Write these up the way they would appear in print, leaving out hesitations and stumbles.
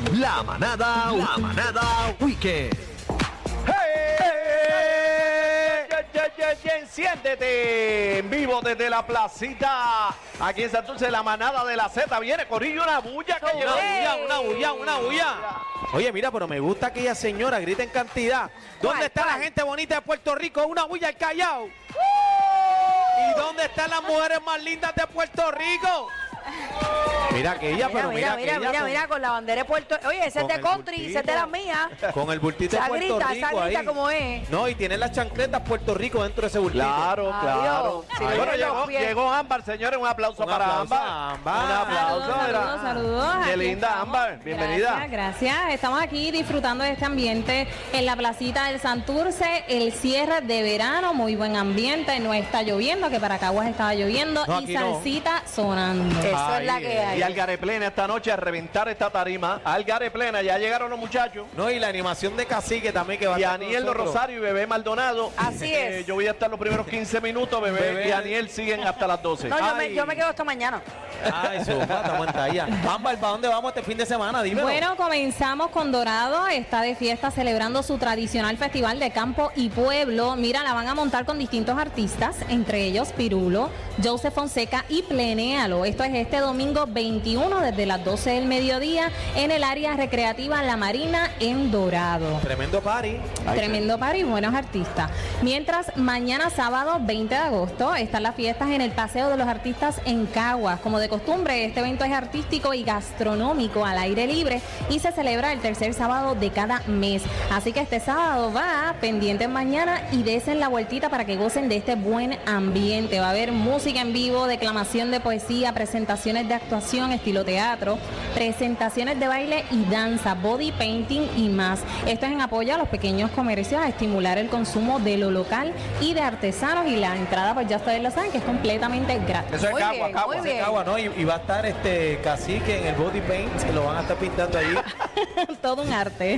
La Manada Weekend. Enciéndete en vivo desde la placita. Aquí en Santurce, la Manada de la Z. Viene Corillo, una bulla que llegó. Una bulla. Oye, mira, pero me gusta aquella señora, grita en cantidad. ¿Dónde está la gente bonita de Puerto Rico? Una bulla al Callao. ¿Y dónde están las mujeres más lindas de Puerto Rico? Mira aquella, pero mira, con la bandera de Puerto. Oye, ese es de country, ese es de las mías. Con el bultito de Puerto Rico esa grita ahí. como es. No, y tiene las chancletas Puerto Rico dentro de ese bultito. Claro. Sí, Bueno, llegó Ámbar, señores. Un aplauso para Ámbar. Un aplauso. Saludos. Qué Aquí linda, estamos. Ámbar. Bienvenida. Gracias. Estamos aquí disfrutando de este ambiente en la placita del Santurce. El cierre de verano, muy buen ambiente. No está lloviendo, que para Caguas estaba lloviendo. No, y aquí no. salsita sonando. Eso es la que hay. Y Algaré Plena esta noche a reventar esta tarima. Algaré Plena, ya llegaron los muchachos. No, y la animación de Cacique también que va a Y estar con Aniel nosotros. Rosario y Bebé Maldonado. Así es. Yo voy a estar los primeros 15 minutos. Bebé y Aniel siguen hasta las 12. No, yo me quedo hasta mañana. Ay, su estamos en talla. Ámbar, ¿para dónde vamos este fin de semana? Dímelo. Bueno, comenzamos con Dorado, está de fiesta celebrando su tradicional festival de campo y pueblo. Mira, la van a montar con distintos artistas, entre ellos Pirulo, Joseph Fonseca y Plenéalo. Esto es este domingo 21 desde las 12 del mediodía en el área recreativa La Marina en Dorado. Tremendo party. Tremendo party, buenos artistas. Mientras mañana sábado 20 de agosto están las fiestas en el Paseo de los Artistas en Caguas. Como de costumbre, este evento es artístico y gastronómico al aire libre y se celebra el tercer sábado de cada mes. Así que este sábado va pendientes mañana y desen la vueltita para que gocen de este buen ambiente. Va a haber música en vivo, declamación de poesía, presentaciones de actuación estilo teatro, presentaciones de baile y danza, body painting y más. Esto es en apoyo a los pequeños comercios, a estimular el consumo de lo local y de artesanos, y la entrada pues ya ustedes lo saben que es completamente gratis. Eso es Muy Cagua, bien, Cagua. muy bien. Cagua, ¿no? Y va a estar Cacique en el body paint, que lo van a estar pintando allí. Todo un arte.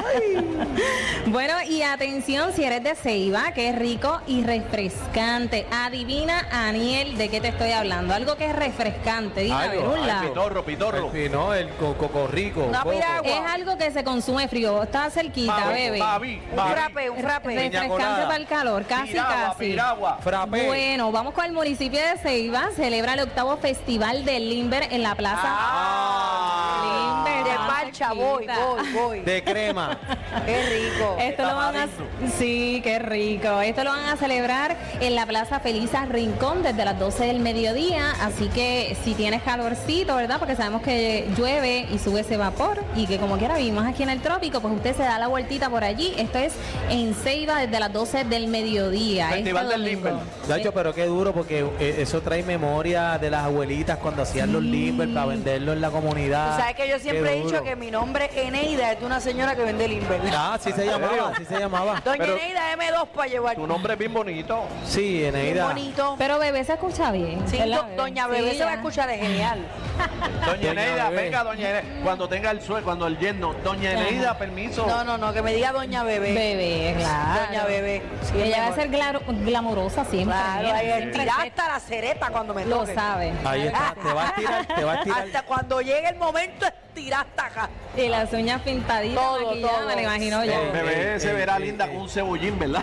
Bueno, y atención, si eres de Ceiba, que es rico y refrescante. Adivina, Aniel, de qué te estoy hablando. Algo que es refrescante. Dime, a ver, un lado. Pitorro. No, el coco rico. Una coco. piragua. Es algo que se consume frío. Está cerquita, bebé. Un frappe. Refrescante colada. para el calor, casi. Piragua. Frappé. Bueno, vamos con el municipio de Ceiba. Celebra el 8º Festival del Limber en la Plaza Limber. De Ah, parcha, voy. De crema. Qué rico. Esto lo van a, sí, qué rico. Esto lo van a celebrar en la Plaza Felisa Rincón desde las 12 del mediodía. Así que si tienes calorcito, ¿verdad? Porque sabemos que llueve y sube ese vapor y que como quiera vivimos aquí en el trópico, pues usted se da la vueltita por allí. Esto es en Ceiba desde las 12 del mediodía. Festival del domingo. Limber. Nacho, pero qué duro, porque eso trae memoria de las abuelitas cuando hacían los limber para venderlo en la comunidad. Tú sabes que yo siempre he dicho que mi nombre Eneida es de una señora que vende limber. Ah, sí se llamaba. Doña Pero- Eneida M2 para llevar. Tu nombre es bien bonito. Sí, Bien Eneida. bonito. Pero bebé se escucha bien. Sí, ¿verdad, bebé? Doña Bebé Sí, se va a ya. escuchar de genial. Doña Eneida, Bebé. venga, Doña Eneida. Cuando tenga el suelo, cuando el yerno. Doña Eneida, permiso. No, que me diga Doña Bebé. Bebé, claro. Doña Bebé. Sí, Ella va a mejor. ser glamurosa siempre. Claro, mira, ahí siempre tira se- hasta la cereta cuando me Lo toque. sabe. Ahí está, te va a tirar. Hasta cuando llegue el momento, estirar hasta acá. Y las uñas pintaditas, Todo, maquilladas, todo. me lo imagino ya. Bebé se verá linda con un cebollín, ¿verdad?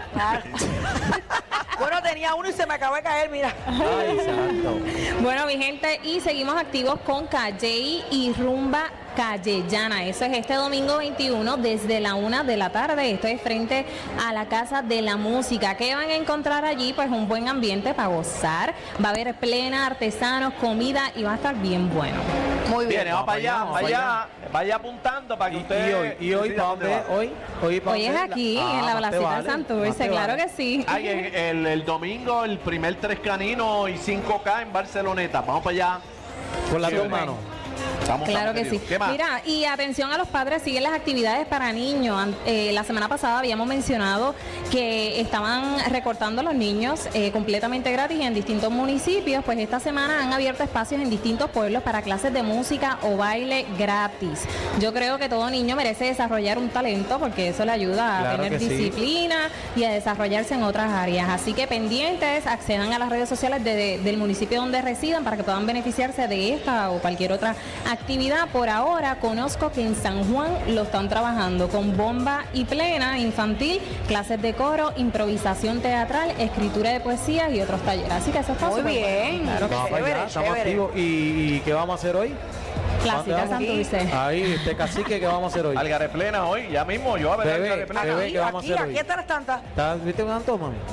Bueno, tenía uno y se me acabó de caer, mira. Ay, santo. Bueno, mi gente, y seguimos activos con Calle y Rumba Callellana. Eso es este domingo 21 desde la 1 de la tarde. Esto es frente a la Casa de la Música. ¿Qué van a encontrar allí? Pues un buen ambiente para gozar. Va a haber plena, artesanos, comida y va a estar bien bueno. Muy bien. Viene, vamos para allá, vamos vaya apuntando para que usted. Y hoy decida ¿para dónde dónde? va. Hoy ¿para Hoy es dónde? aquí, en la más te placita vale, de Santurce, más te claro vale. que sí. Ay, el domingo, el primer 3 caninos y 5K en Barceloneta. Vamos para allá. Con las Sí, dos hombre. manos. Claro que sí. ¿Qué más? Mira, y atención a los padres, siguen las actividades para niños. La semana pasada habíamos mencionado que estaban recortando a los niños completamente gratis en distintos municipios. Pues esta semana han abierto espacios en distintos pueblos para clases de música o baile gratis. Yo creo que todo niño merece desarrollar un talento porque eso le ayuda a Claro tener que sí. disciplina y a desarrollarse en otras áreas. Así que pendientes, accedan a las redes sociales del municipio donde residan para que puedan beneficiarse de esta o cualquier otra actividad por ahora, conozco que en San Juan lo están trabajando con bomba y plena infantil, clases de coro, improvisación teatral, escritura de poesía y otros talleres. Así que eso está Muy súper bueno. bien. Vamos para allá, Chévere, estamos chévere. activos. ¿Y qué vamos a hacer hoy? Placita Santurce. Ahí, cacique, ¿qué vamos a hacer hoy? Algareplena hoy, ya mismo, yo a ver Bebé, Algareplena. bebé, ¿qué vamos a hacer hoy? Aquí hasta las tantas. ¿Viste un antojo, mami?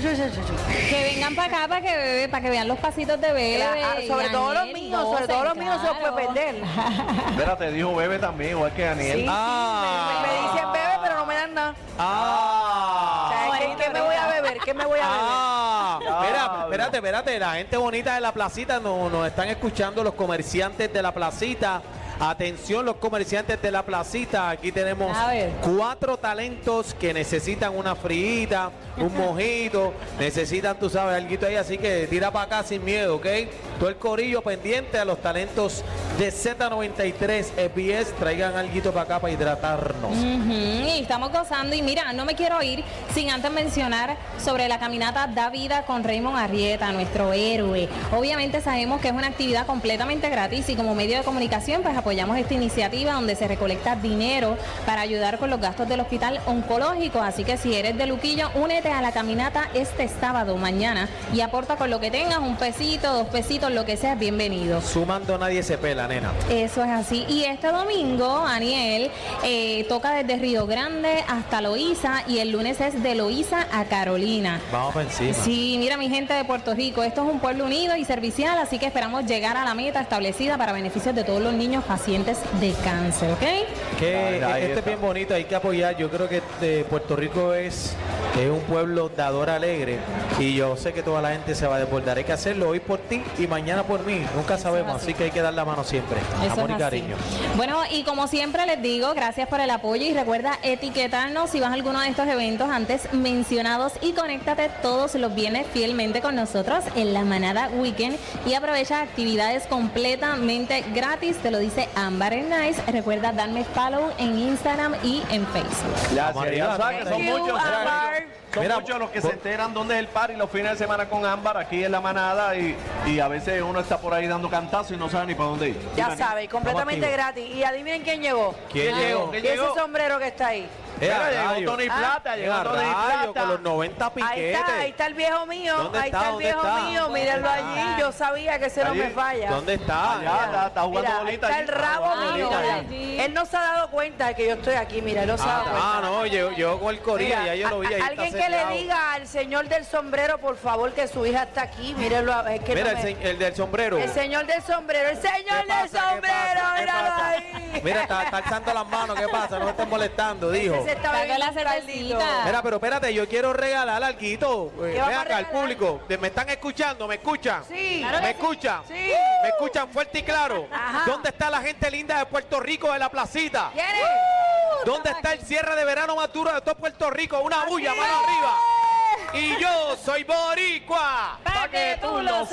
Que vengan para acá para que vean los pasitos de bebé. y Sobre todo los Daniel, míos, sobre todo los míos se los puede perder. Espérate, dijo bebé también, igual que Daniel. Sí, Ah. me dicen bebé, pero no me dan nada. O Ah. sea, ¿qué me voy a beber? ¿Qué me voy a beber? Ah, Ya, espérate, la gente bonita de la placita nos están escuchando, los comerciantes de la placita. Atención, los comerciantes de la placita, aquí tenemos A ver. 4 talentos que necesitan una friita, un mojito, necesitan, tú sabes, alguito ahí, así que tira para acá sin miedo, ¿ok? Todo el corillo pendiente a los talentos de Z93 SBS, traigan alguito para acá para hidratarnos. Y estamos gozando y mira, no me quiero ir sin antes mencionar sobre la caminata Da Vida con Raymond Arrieta, nuestro héroe. Obviamente sabemos que es una actividad completamente gratis y como medio de comunicación pues apoyamos esta iniciativa donde se recolecta dinero para ayudar con los gastos del hospital oncológico, así que si eres de Luquillo, únete a la caminata este sábado, mañana, y aporta con lo que tengas, $1, $2, lo que sea, bienvenido. Sumando nadie se pela, nena. Eso es así. Y este domingo, Aniel, toca desde Río Grande hasta Loíza y el lunes es de Loíza a Carolina. Vamos para encima. Sí, mira mi gente de Puerto Rico, esto es un pueblo unido y servicial, así que esperamos llegar a la meta establecida para beneficios de todos los niños pacientes de cáncer, ¿ok? Que Ahí este está. es bien bonito, hay que apoyar. Yo creo que Puerto Rico es un pueblo dador alegre y yo sé que toda la gente se va a desbordar. Hay que hacerlo hoy por ti y mañana por mí. Nunca sabemos, así. así que hay que dar la mano siempre. Eso Amor y es así. cariño. Bueno, y como siempre les digo, gracias por el apoyo y recuerda etiquetarnos si vas a alguno de estos eventos antes mencionados y conéctate todos los viernes fielmente con nosotros en la Manada Weekend y aprovecha actividades completamente gratis, te lo dice Ámbar Nice. Recuerda darme follow en Instagram y en Facebook. Gracias, Vamos ya arriba. sabes que son Thank you, muchos. Ámbar. Son Mira, muchos los que se enteran dónde es el party los fines de semana con Ámbar aquí en la manada y a veces uno está por ahí dando cantazos y no sabe ni para dónde ir. Ya sabes, completamente activos. gratis. Y adivinen quién llegó. ¿Quién llegó? ¿Quién Y ese llegó? sombrero que está ahí. Mira, llegó rayo. Tony Plata, llegó Llega Tony rayo, Plata. con los 90 piquetes. Ahí está el viejo mío. ¿Dónde Ahí está? está el ¿Dónde viejo está? mío. Mírenlo allí. Yo sabía que ese no Allí. me falla. ¿Dónde está? Allá está jugando Mira, ahí bolita. está allí. el rabo Jugando mío. bolita mira. allí. Él no se ha dado cuenta de que yo estoy aquí. Mira, él no se ha dado cuenta. Ah, no, llegó con el corillo, Mira, ya yo lo vi. Ahí está alguien que le sentado. diga al señor del sombrero, por favor, que su hija está aquí. Mírenlo. Es que Mira, no me- el del sombrero. el señor del sombrero. El señor ¿Qué del pasa? ¿Qué sombrero. pasa? ¿Qué Míralo pasa? ahí. Mira, está alzando las manos. ¿Qué pasa? No me estén molestando, dijo. Ese se está Saca bebiendo la un caldito. cervecita. Mira, pero espérate, yo quiero regalar alguito. ¿Qué Ven vamos a acá, al regalar? público. ¿Me están escuchando? ¿Me escuchan? Sí. Claro que ¿Me sí. escuchan? Sí. ¿Me escuchan fuerte y claro? Ajá. ¿Dónde está la gente linda de Puerto Rico de la placita? ¿Quién es? ¿Dónde está el cierre de verano más duro de todo Puerto Rico? Una bulla, Aquí. mano arriba. Y yo soy boricua. Pa' que tú lo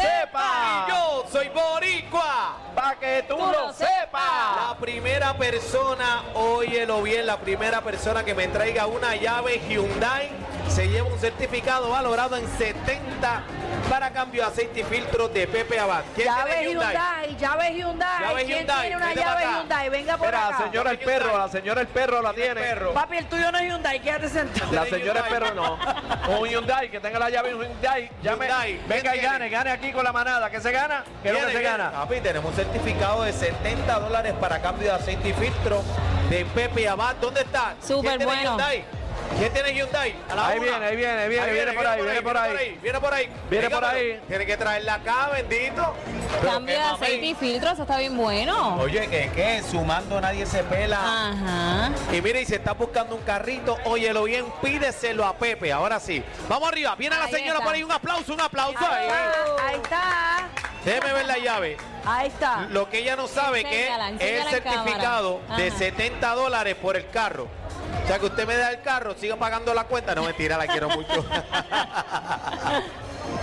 Y yo soy boricua. Para que tú lo lo sepas. La primera persona, óyelo bien, la primera persona que me traiga una llave Hyundai se lleva un certificado valorado en 70 para cambio de aceite y filtros de Pepe Abad. ¿Quién Llave tiene Hyundai? Hyundai, llave Hyundai. Llave ¿Quién Hyundai, tiene una vente llave para acá. Hyundai? Venga por Mira, acá. la señora el perro la tiene. Perro. Papi, el tuyo no es Hyundai, quédate sentado. La Tiene señora el Hyundai. perro no. Un Hyundai, que tenga la llave un Hyundai. Llame. Hyundai, Venga y ¿quién gane aquí con la manada. ¿Qué se gana? ¿Qué es lo que se Viene, gana? Papi, tenemos un certificado de $70 para cambio de aceite y filtro de Pepe Abad. ¿Dónde está? Súper ¿Quién tiene bueno. Hyundai? ¿Quién tiene Hyundai? A la Ahí una. viene por ahí. Viene por ahí. Viene Venga, por pero ahí. Tiene que traerla acá, bendito. Pero Cambio qué de mamey. aceite y filtro, eso está bien bueno. Oye, ¿qué? Sumando nadie se pela. Ajá. Y mire, y se está buscando un carrito, óyelo bien, pídeselo a Pepe. Ahora sí. Vamos arriba. Viene la Ahí señora está. por ahí. Un aplauso ahí. Ahí está. Déjeme ver la llave. Ahí está. Lo que ella no sabe Enséñala, que es enséñala el en cámara. certificado de Ajá. $70 por el carro. O sea que usted me da el carro, siga pagando la cuenta. No, mentira, la quiero mucho.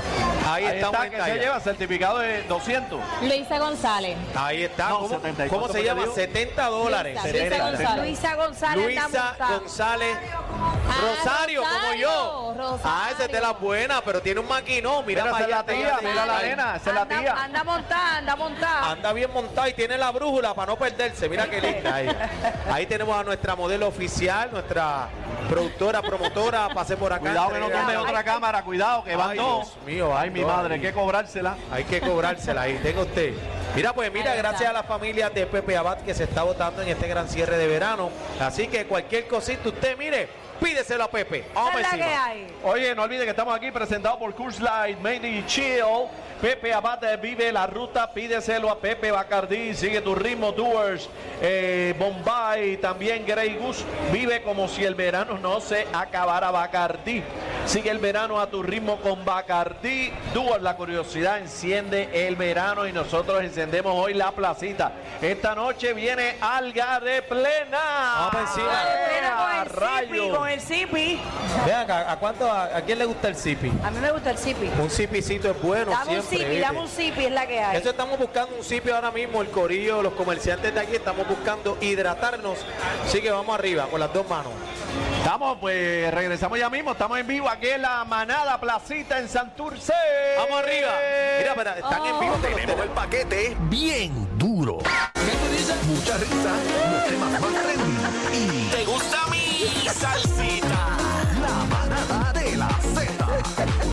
Ahí estamos está, en que se Callao. lleva certificado de 200. Luisa González. Ahí está. No, ¿Cómo, 70. ¿Y cómo cuánto se fue que llama? dijo? $70. Luisa González. Luisa González. Luisa anda González Ah, Rosario, como yo. Rosario. Ah, esa es de la buena, pero tiene un maquinón. Mira Mira, para esa es la allá. tía, ella mira la ahí. nena, esa es la tía. Anda montada. Anda bien montada y tiene la brújula para no perderse. Mira qué linda ahí. Ahí tenemos a nuestra modelo oficial, nuestra productora, promotora. Pasé por acá. Cuidado que no Entrega- tome otra cámara, cuidado que van Ay, dos. Dios mío, Ay, mi ando madre, hay ahí. que cobrársela. Hay que cobrársela ahí, tenga usted. Mira, pues mira, Ahí está. gracias a la familia de Pepe Abad que se está votando en este gran cierre de verano. Así que cualquier cosita, usted mire, pídeselo a Pepe. Vamos Esa es la encima. que hay. Oye, no olviden que estamos aquí presentados por Coors Light, Made in Chill. Pepe Abad vive la ruta, pídeselo a Pepe Bacardí, sigue tu ritmo, Doers, Bombay, también Grey Goose, vive como si el verano no se acabara, Bacardí. Sigue el verano a tu ritmo con Bacardí, Doers, la curiosidad enciende el verano y nosotros encendemos hoy la placita. Esta noche viene Alga de Plena. Vamos por encima. Con el Zipi. Vean acá, ¿a quién le gusta el zipi? A mí me gusta el Zipi. Un zipicito es bueno Dame un siempre. Zipi, ¿viste? dame un Zipi, es la que hay. Eso estamos buscando un zipi ahora mismo, el corillo, los comerciantes de aquí estamos buscando hidratarnos. Así que vamos arriba con las dos manos. Estamos, pues regresamos ya mismo, estamos en vivo aquí en la Manada Placita en Santurce. Vamos arriba. Mira, pero están en vivo. pero Tenemos el paquete bien duro. ¿Qué tú dices? Mucha risa, los temas más trendy y... ¿Te gusta mi salsa?